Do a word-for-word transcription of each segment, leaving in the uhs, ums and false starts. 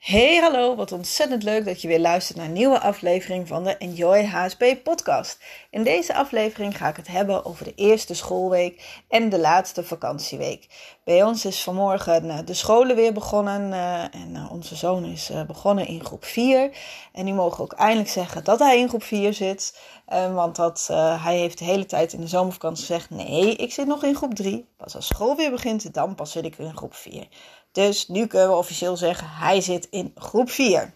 Hey, hallo, wat ontzettend leuk dat je weer luistert naar een nieuwe aflevering van de Enjoy H S P podcast. In deze aflevering ga ik het hebben over de eerste schoolweek en de laatste vakantieweek. Bij ons is vanmorgen de scholen weer begonnen en onze zoon is begonnen in groep vier. En nu mogen we ook eindelijk zeggen dat hij in groep vier zit, want dat, uh, hij heeft de hele tijd in de zomervakantie gezegd: nee, ik zit nog in groep drie. Pas als school weer begint, dan pas zit ik in groep vier. Dus nu kunnen we officieel zeggen, hij zit in groep vier.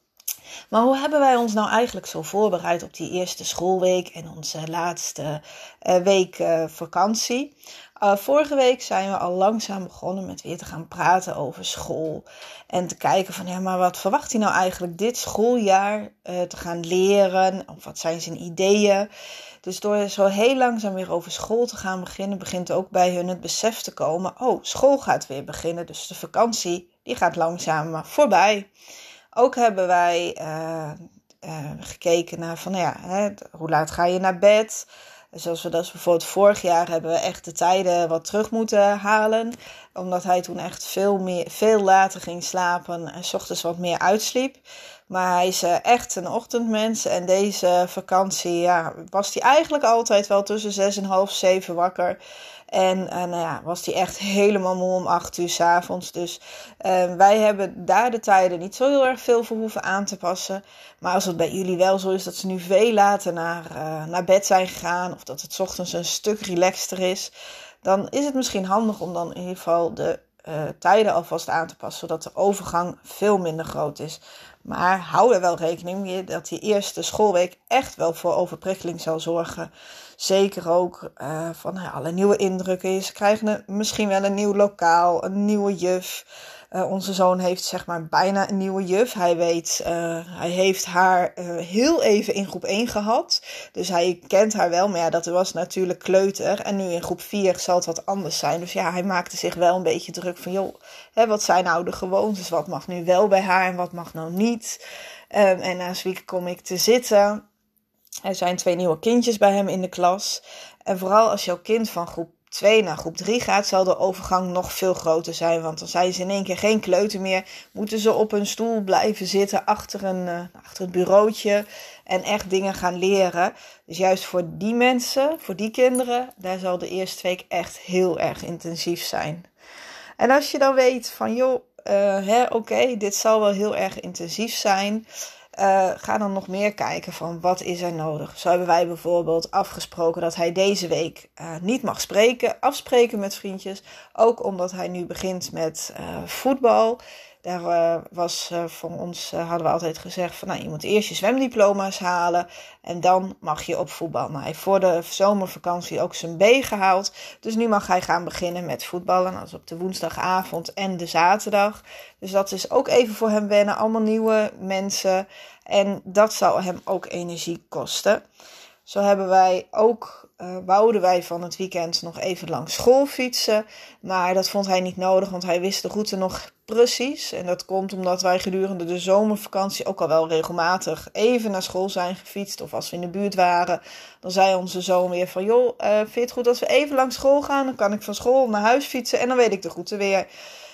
Maar hoe hebben wij ons nou eigenlijk zo voorbereid op die eerste schoolweek en onze laatste uh, week uh, vakantie? Uh, vorige week zijn we al langzaam begonnen met weer te gaan praten over school. En te kijken van, ja, maar wat verwacht hij nou eigenlijk dit schooljaar uh, te gaan leren? Of wat zijn zijn ideeën? Dus door zo heel langzaam weer over school te gaan beginnen, begint ook bij hun het besef te komen: oh, school gaat weer beginnen, dus de vakantie die gaat langzaam voorbij. Ook hebben wij uh, uh, gekeken naar van, nou ja, hè, hoe laat ga je naar bed? Zoals we dat bijvoorbeeld vorig jaar hebben we echt de tijden wat terug moeten halen. Omdat hij toen echt veel, meer, veel later ging slapen en 's ochtends wat meer uitsliep. Maar hij is echt een ochtendmens. En deze vakantie ja, was hij eigenlijk altijd wel tussen zes en half zeven wakker. En, en nou ja, was hij echt helemaal moe om acht uur 's avonds. Dus uh, wij hebben daar de tijden niet zo heel erg veel voor hoeven aan te passen. Maar als het bij jullie wel zo is dat ze nu veel later naar, uh, naar bed zijn gegaan, of dat het 's ochtends een stuk relaxter is, dan is het misschien handig om dan in ieder geval de uh, tijden alvast aan te passen, zodat de overgang veel minder groot is. Maar hou er wel rekening mee dat die eerste schoolweek echt wel voor overprikkeling zal zorgen. Zeker ook uh, van nou ja, alle nieuwe indrukken. Ze krijgen misschien wel een nieuw lokaal, een nieuwe juf. Uh, onze zoon heeft zeg maar bijna een nieuwe juf. Hij weet, uh, hij heeft haar uh, heel even in groep één gehad. Dus hij kent haar wel, maar ja, dat was natuurlijk kleuter. En nu in groep vier zal het wat anders zijn. Dus ja, hij maakte zich wel een beetje druk van, joh, hè, wat zijn nou de gewoontes? Wat mag nu wel bij haar en wat mag nou niet? Um, en naast wie kom ik te zitten? Er zijn twee nieuwe kindjes bij hem in de klas. En vooral als jouw kind van groep twee naar groep drie gaat, zal de overgang nog veel groter zijn. Want dan zijn ze in één keer geen kleuter meer. Moeten ze op hun stoel blijven zitten achter, een, uh, achter het bureautje. En echt dingen gaan leren. Dus juist voor die mensen, voor die kinderen, daar zal de eerste week echt heel erg intensief zijn. En als je dan weet van, joh, uh, oké, okay, dit zal wel heel erg intensief zijn. Uh, ga dan nog meer kijken van wat is er nodig. Zo hebben wij bijvoorbeeld afgesproken dat hij deze week uh, niet mag spreken, afspreken met vriendjes. Ook omdat hij nu begint met uh, voetbal. Daar uh, was uh, voor ons, uh, hadden we altijd gezegd van, nou, je moet eerst je zwemdiploma's halen en dan mag je op voetbal. Nou, hij heeft voor de zomervakantie ook zijn B gehaald. Dus nu mag hij gaan beginnen met voetballen. Dat is op de woensdagavond en de zaterdag. Dus dat is ook even voor hem wennen. Allemaal nieuwe mensen. En dat zal hem ook energie kosten. Zo hebben wij ook, uh, wouden wij van het weekend nog even langs school fietsen. Maar dat vond hij niet nodig, want hij wist de route nog precies. En dat komt omdat wij gedurende de zomervakantie ook al wel regelmatig even naar school zijn gefietst. Of als we in de buurt waren, dan zei onze zoon weer van, joh, uh, vind je het goed als we even langs school gaan? Dan kan ik van school naar huis fietsen en dan weet ik de route weer.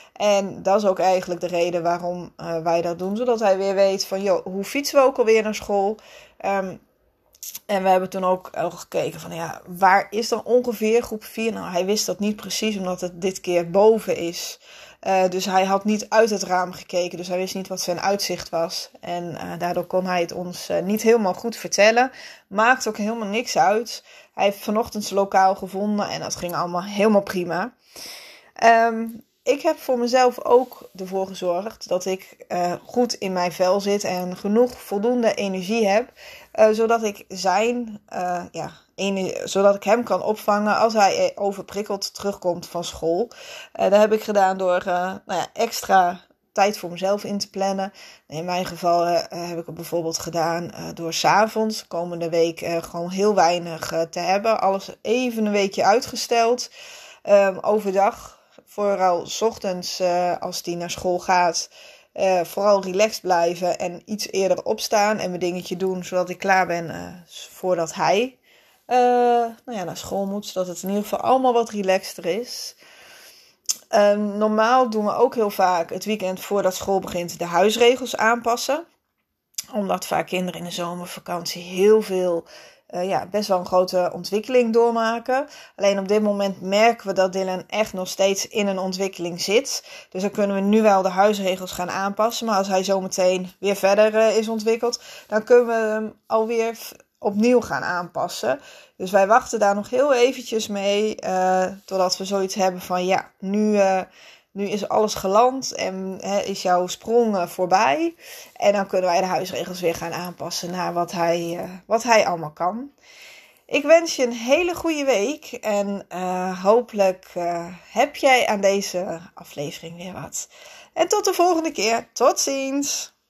En dat is ook eigenlijk de reden waarom uh, wij dat doen. Zodat hij weer weet van, joh, hoe fietsen we ook alweer naar school? Um, En we hebben toen ook al gekeken van, ja, waar is dan ongeveer groep vier? Nou, hij wist dat niet precies, omdat het dit keer boven is. Uh, dus hij had niet uit het raam gekeken, dus hij wist niet wat zijn uitzicht was. En uh, daardoor kon hij het ons uh, niet helemaal goed vertellen. Maakt ook helemaal niks uit. Hij heeft vanochtend zijn lokaal gevonden en dat ging allemaal helemaal prima. Um, Ik heb voor mezelf ook ervoor gezorgd dat ik uh, goed in mijn vel zit en genoeg voldoende energie heb. Uh, zodat ik zijn, uh, ja, ene, zodat ik hem kan opvangen als hij overprikkeld terugkomt van school. Uh, dat heb ik gedaan door uh, nou ja, extra tijd voor mezelf in te plannen. In mijn geval uh, heb ik het bijvoorbeeld gedaan uh, door 's avonds komende week uh, gewoon heel weinig uh, te hebben. Alles even een weekje uitgesteld. Um, overdag. Vooral 's ochtends uh, als die naar school gaat, uh, vooral relaxed blijven en iets eerder opstaan en mijn dingetje doen, zodat ik klaar ben uh, voordat hij uh, nou ja, naar school moet. Zodat het in ieder geval allemaal wat relaxter is. Um, normaal doen we ook heel vaak het weekend voordat school begint de huisregels aanpassen. Omdat vaak kinderen in de zomervakantie heel veel, uh, ja, best wel een grote ontwikkeling doormaken. Alleen op dit moment merken we dat Dylan echt nog steeds in een ontwikkeling zit. Dus dan kunnen we nu wel de huisregels gaan aanpassen. Maar als hij zometeen weer verder uh, is ontwikkeld, dan kunnen we hem alweer opnieuw gaan aanpassen. Dus wij wachten daar nog heel eventjes mee, uh, totdat we zoiets hebben van ja, nu, uh, nu is alles geland en he, is jouw sprong uh, voorbij. En dan kunnen wij de huisregels weer gaan aanpassen naar wat hij, uh, wat hij allemaal kan. Ik wens je een hele goede week en uh, hopelijk uh, heb jij aan deze aflevering weer wat. En tot de volgende keer. Tot ziens!